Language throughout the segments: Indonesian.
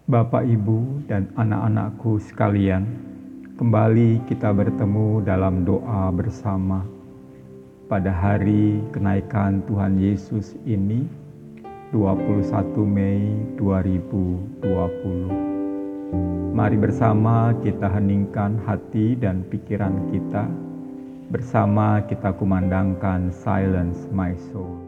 Bapak, Ibu, dan anak-anakku sekalian, kembali kita bertemu dalam doa bersama pada hari kenaikan Tuhan Yesus ini, 21 Mei 2020. Mari bersama kita heningkan hati dan pikiran kita, bersama kita kumandangkan Silence My Soul.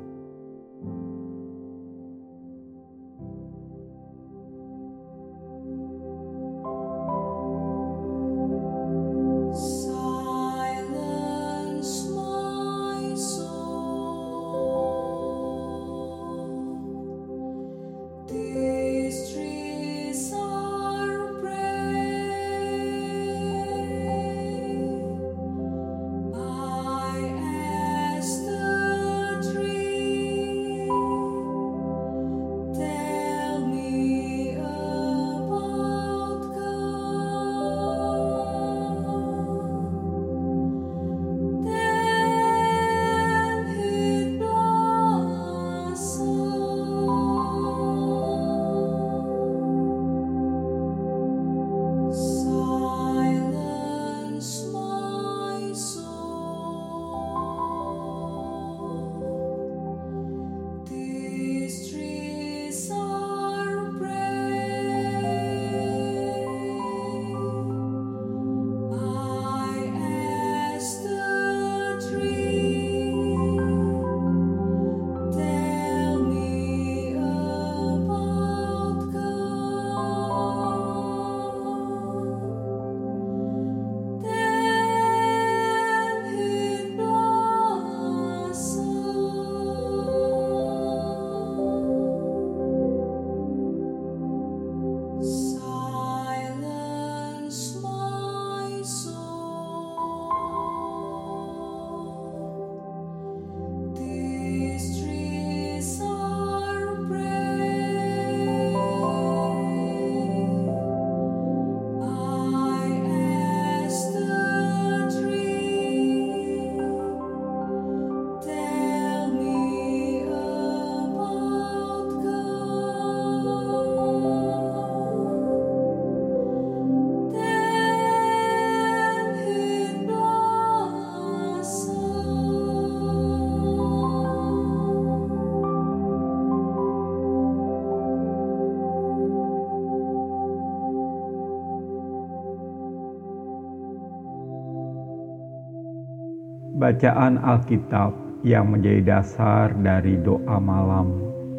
Bacaan Alkitab yang menjadi dasar dari doa malam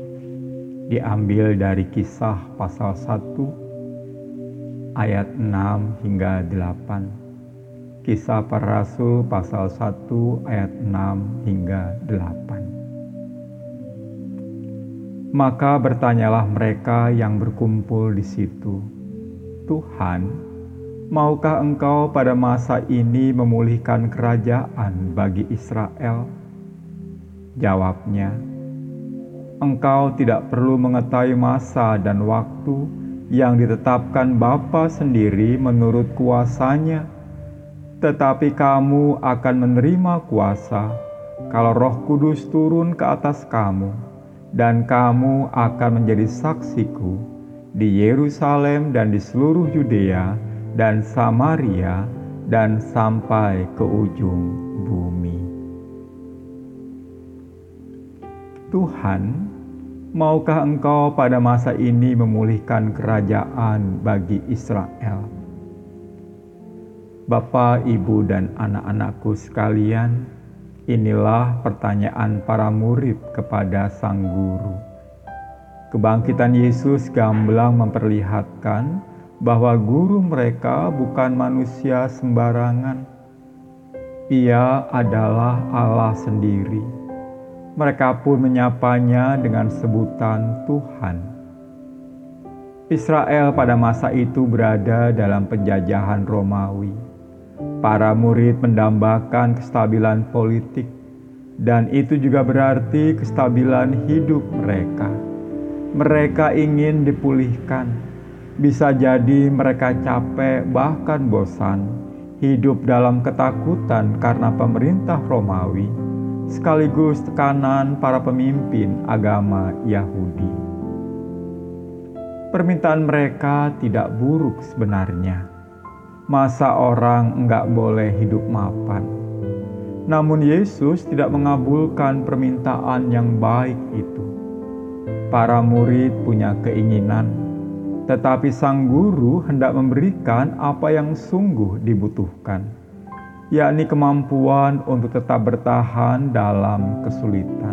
diambil dari Kisah pasal 1 ayat 6 hingga 8. Kisah Para Rasul pasal 1 ayat 6 hingga 8. Maka bertanyalah mereka yang berkumpul di situ, "Tuhan, maukah Engkau pada masa ini memulihkan kerajaan bagi Israel?" Jawabnya, "Engkau tidak perlu mengetahui masa dan waktu yang ditetapkan Bapa sendiri menurut kuasanya, tetapi kamu akan menerima kuasa kalau Roh Kudus turun ke atas kamu, dan kamu akan menjadi saksiku di Yerusalem dan di seluruh Yudea dan Samaria dan sampai ke ujung bumi." Tuhan, maukah Engkau pada masa ini memulihkan kerajaan bagi Israel? Bapak, Ibu, dan anak-anakku sekalian, inilah pertanyaan para murid kepada Sang Guru. Kebangkitan Yesus gamblang memperlihatkan bahwa guru mereka bukan manusia sembarangan. Ia adalah Allah sendiri. Mereka pun menyapanya dengan sebutan Tuhan. Israel pada masa itu berada dalam penjajahan Romawi. Para murid mendambakan kestabilan politik, dan itu juga berarti kestabilan hidup mereka. Mereka ingin dipulihkan. Bisa jadi mereka capek bahkan bosan hidup dalam ketakutan karena pemerintah Romawi, sekaligus tekanan para pemimpin agama Yahudi. Permintaan mereka tidak buruk sebenarnya. Masa orang enggak boleh hidup mapan? Namun Yesus tidak mengabulkan permintaan yang baik itu. Para murid punya keinginan, tetapi sang guru hendak memberikan apa yang sungguh dibutuhkan, yakni kemampuan untuk tetap bertahan dalam kesulitan.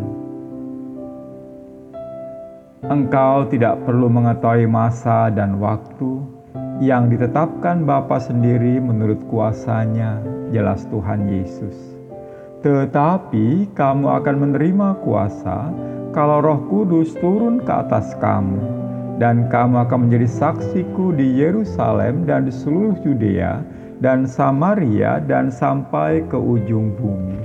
Engkau tidak perlu mengetahui masa dan waktu yang ditetapkan Bapa sendiri menurut kuasa-Nya, jelas Tuhan Yesus. Tetapi kamu akan menerima kuasa kalau Roh Kudus turun ke atas kamu, dan kamu akan menjadi saksiku di Yerusalem dan di seluruh Yudea dan Samaria dan sampai ke ujung bumi.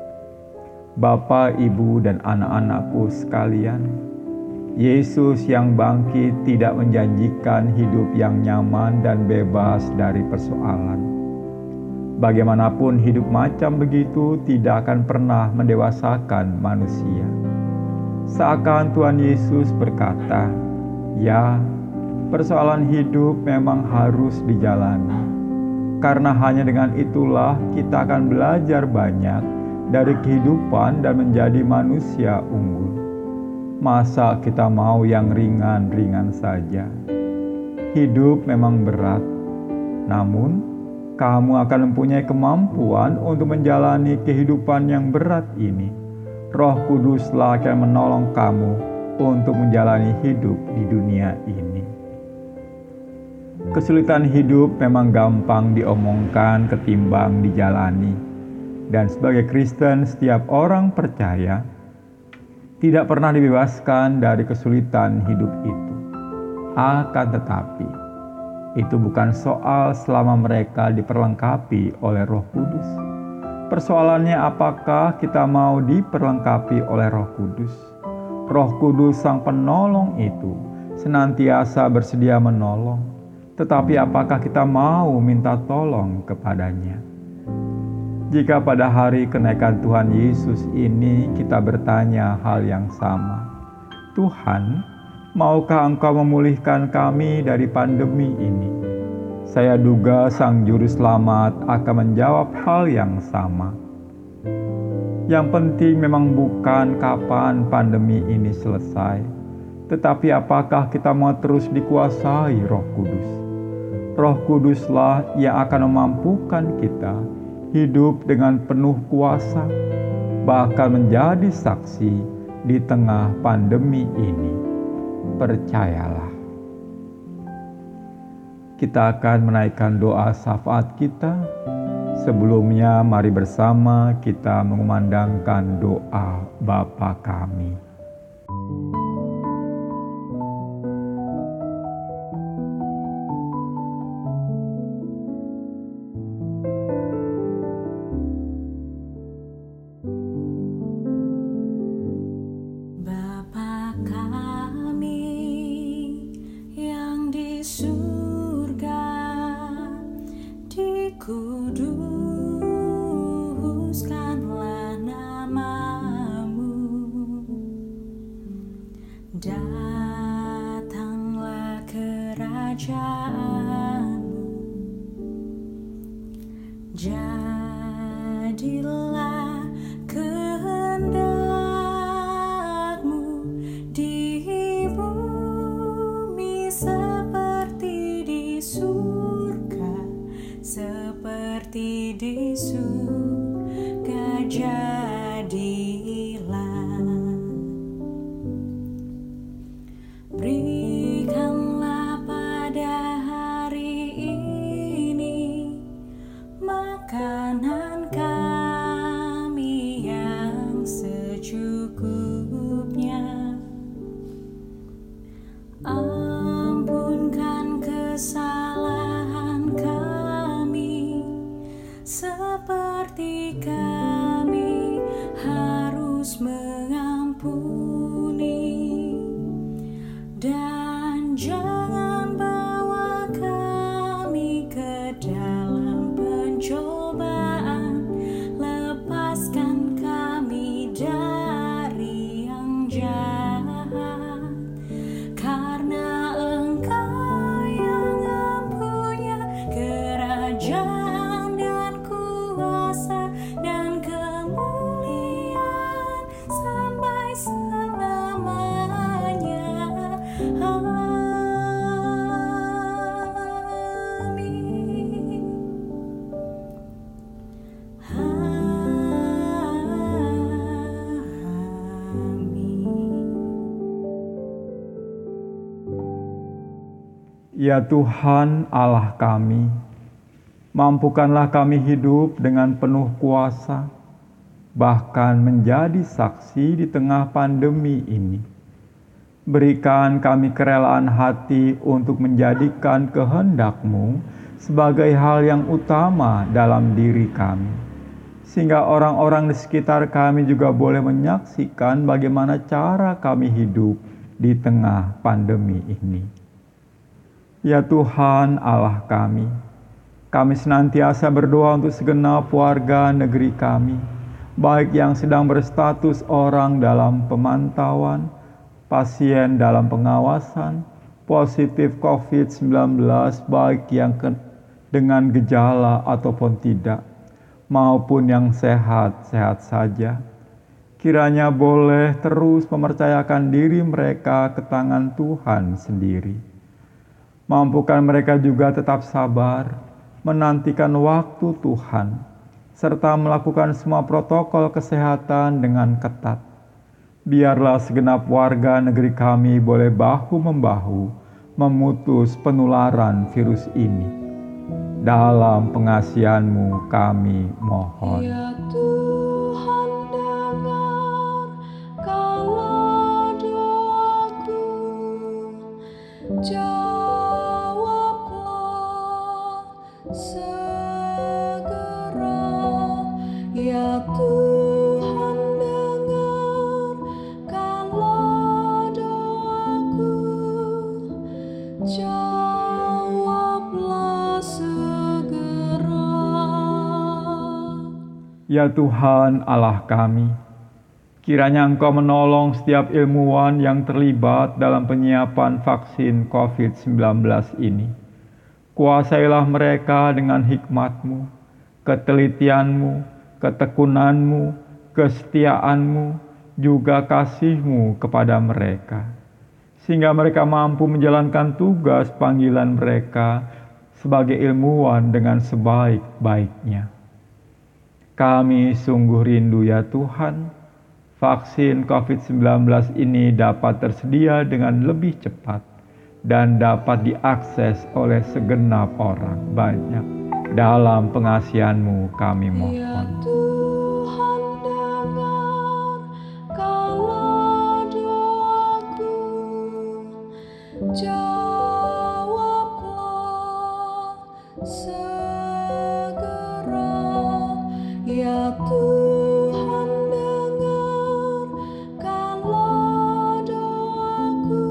Bapak, Ibu, dan anak-anakku sekalian, Yesus yang bangkit tidak menjanjikan hidup yang nyaman dan bebas dari persoalan. Bagaimanapun hidup macam begitu tidak akan pernah mendewasakan manusia. Seakan Tuhan Yesus berkata, ya, persoalan hidup memang harus dijalani. Karena hanya dengan itulah kita akan belajar banyak dari kehidupan dan menjadi manusia unggul. Masa kita mau yang ringan-ringan saja? Hidup memang berat, namun kamu akan mempunyai kemampuan untuk menjalani kehidupan yang berat ini. Roh Kuduslah akan menolong kamu untuk menjalani hidup di dunia ini. Kesulitan hidup memang gampang diomongkan ketimbang dijalani. Dan sebagai Kristen, setiap orang percaya tidak pernah dibebaskan dari kesulitan hidup itu. Akan tetapi, itu bukan soal selama mereka diperlengkapi oleh Roh Kudus. Persoalannya apakah kita mau diperlengkapi oleh Roh Kudus? Roh Kudus Sang Penolong itu senantiasa bersedia menolong. Tetapi apakah kita mau minta tolong kepadanya? Jika pada hari kenaikan Tuhan Yesus ini kita bertanya hal yang sama, Tuhan, maukah Engkau memulihkan kami dari pandemi ini? Saya duga Sang Juru Selamat akan menjawab hal yang sama. Yang penting memang bukan kapan pandemi ini selesai, tetapi apakah kita mau terus dikuasai Roh Kudus. Roh Kuduslah yang akan memampukan kita hidup dengan penuh kuasa, bahkan menjadi saksi di tengah pandemi ini. Percayalah. Kita akan menaikkan doa syafaat kita. Sebelumnya, mari bersama kita mengumandangkan doa Bapa kami. Bapa kami yang di surga, dikuduskanlah namamu, datanglah kerajaanmu, jadilah kehendakmu di bumi seperti di surga, seperti di surga jadilah. Berikanlah pada hari ini makanan kami Ya Tuhan Allah kami, mampukanlah kami hidup dengan penuh kuasa, bahkan menjadi saksi di tengah pandemi ini. Berikan kami kerelaan hati untuk menjadikan kehendak-Mu sebagai hal yang utama dalam diri kami, sehingga orang-orang di sekitar kami juga boleh menyaksikan bagaimana cara kami hidup di tengah pandemi ini. Ya Tuhan Allah kami senantiasa berdoa untuk segenap warga negeri kami, baik yang sedang berstatus orang dalam pemantauan, pasien dalam pengawasan, positif COVID-19 baik yang dengan gejala ataupun tidak, maupun yang sehat-sehat saja. Kiranya boleh terus mempercayakan diri mereka ke tangan Tuhan sendiri. Mampukan mereka juga tetap sabar, menantikan waktu Tuhan, serta melakukan semua protokol kesehatan dengan ketat. Biarlah segenap warga negeri kami boleh bahu-membahu memutus penularan virus ini. Dalam pengasihan-Mu kami mohon. Ya Tuhan, dengarkanlah doaku, jawablah segera. Ya Tuhan, dengarkanlah doaku, jawablah segera. Ya Tuhan Allah kami, kiranya Engkau menolong setiap ilmuwan yang terlibat dalam penyiapan vaksin COVID-19 ini. Kuasailah mereka dengan hikmat-Mu, ketelitian-Mu, ketekunan-Mu, kesetiaan-Mu, juga kasih-Mu kepada mereka, sehingga mereka mampu menjalankan tugas panggilan mereka sebagai ilmuwan dengan sebaik-baiknya. Kami sungguh rindu ya Tuhan, vaksin COVID-19 ini dapat tersedia dengan lebih cepat dan dapat diakses oleh segenap orang banyak. Dalam pengasihan-Mu kami Ya mohon. Tuhan, dengarkanlah doaku, jawablah segera. Ya Tuhan, dengarkanlah doaku,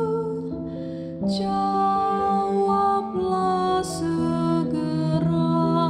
jawablah segera.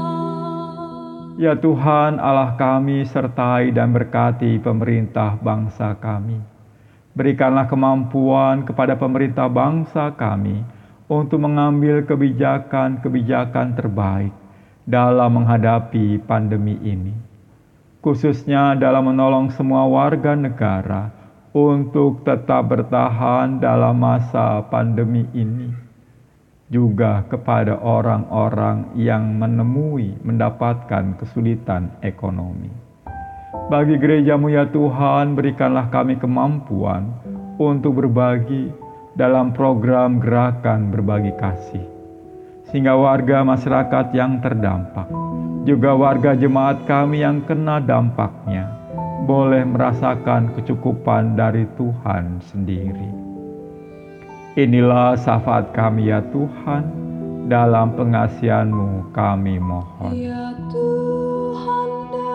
Ya Tuhan Allah kami, sertai dan berkati pemerintah bangsa kami. Berikanlah kemampuan kepada pemerintah bangsa kami untuk mengambil kebijakan-kebijakan terbaik dalam menghadapi pandemi ini, khususnya dalam menolong semua warga negara untuk tetap bertahan dalam masa pandemi ini, juga kepada orang-orang yang mendapatkan kesulitan ekonomi. Bagi gereja-Mu ya Tuhan, berikanlah kami kemampuan untuk berbagi dalam program gerakan berbagi kasih, sehingga warga masyarakat yang terdampak, juga warga jemaat kami yang kena dampaknya, boleh merasakan kecukupan dari Tuhan sendiri. Inilah syafaat kami ya Tuhan, dalam pengasihan-Mu kami mohon. Ya Tuhan,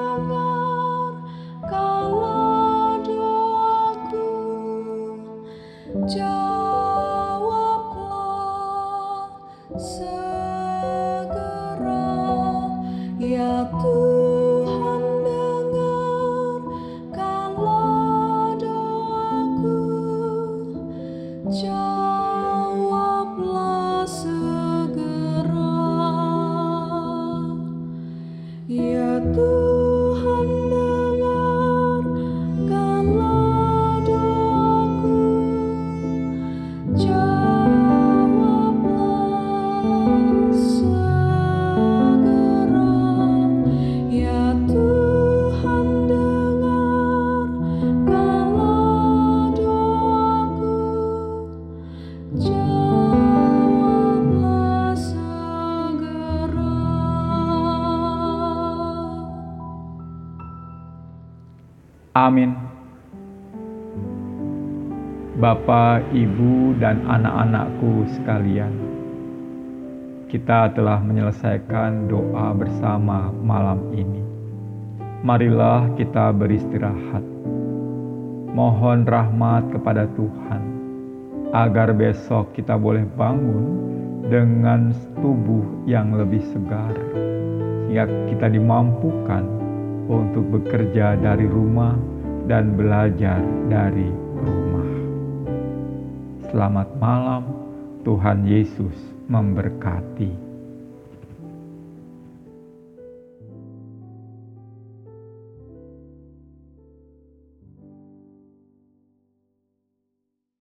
dengarkanlah doaku, jawablah segera. Ya Tuhan, dengarkanlah doaku, jawablah segera. Ya Tuhan, dengarkanlah doaku, jawablah segera. Ya Tuhan, dengarkanlah doaku, Amin. Bapak, Ibu, dan anak-anakku sekalian, kita telah menyelesaikan doa bersama malam ini. Marilah kita beristirahat. Mohon rahmat kepada Tuhan, agar besok kita boleh bangun dengan tubuh yang lebih segar, sehingga kita dimampukan untuk bekerja dari rumah dan belajar dari rumah. Selamat malam, Tuhan Yesus memberkati.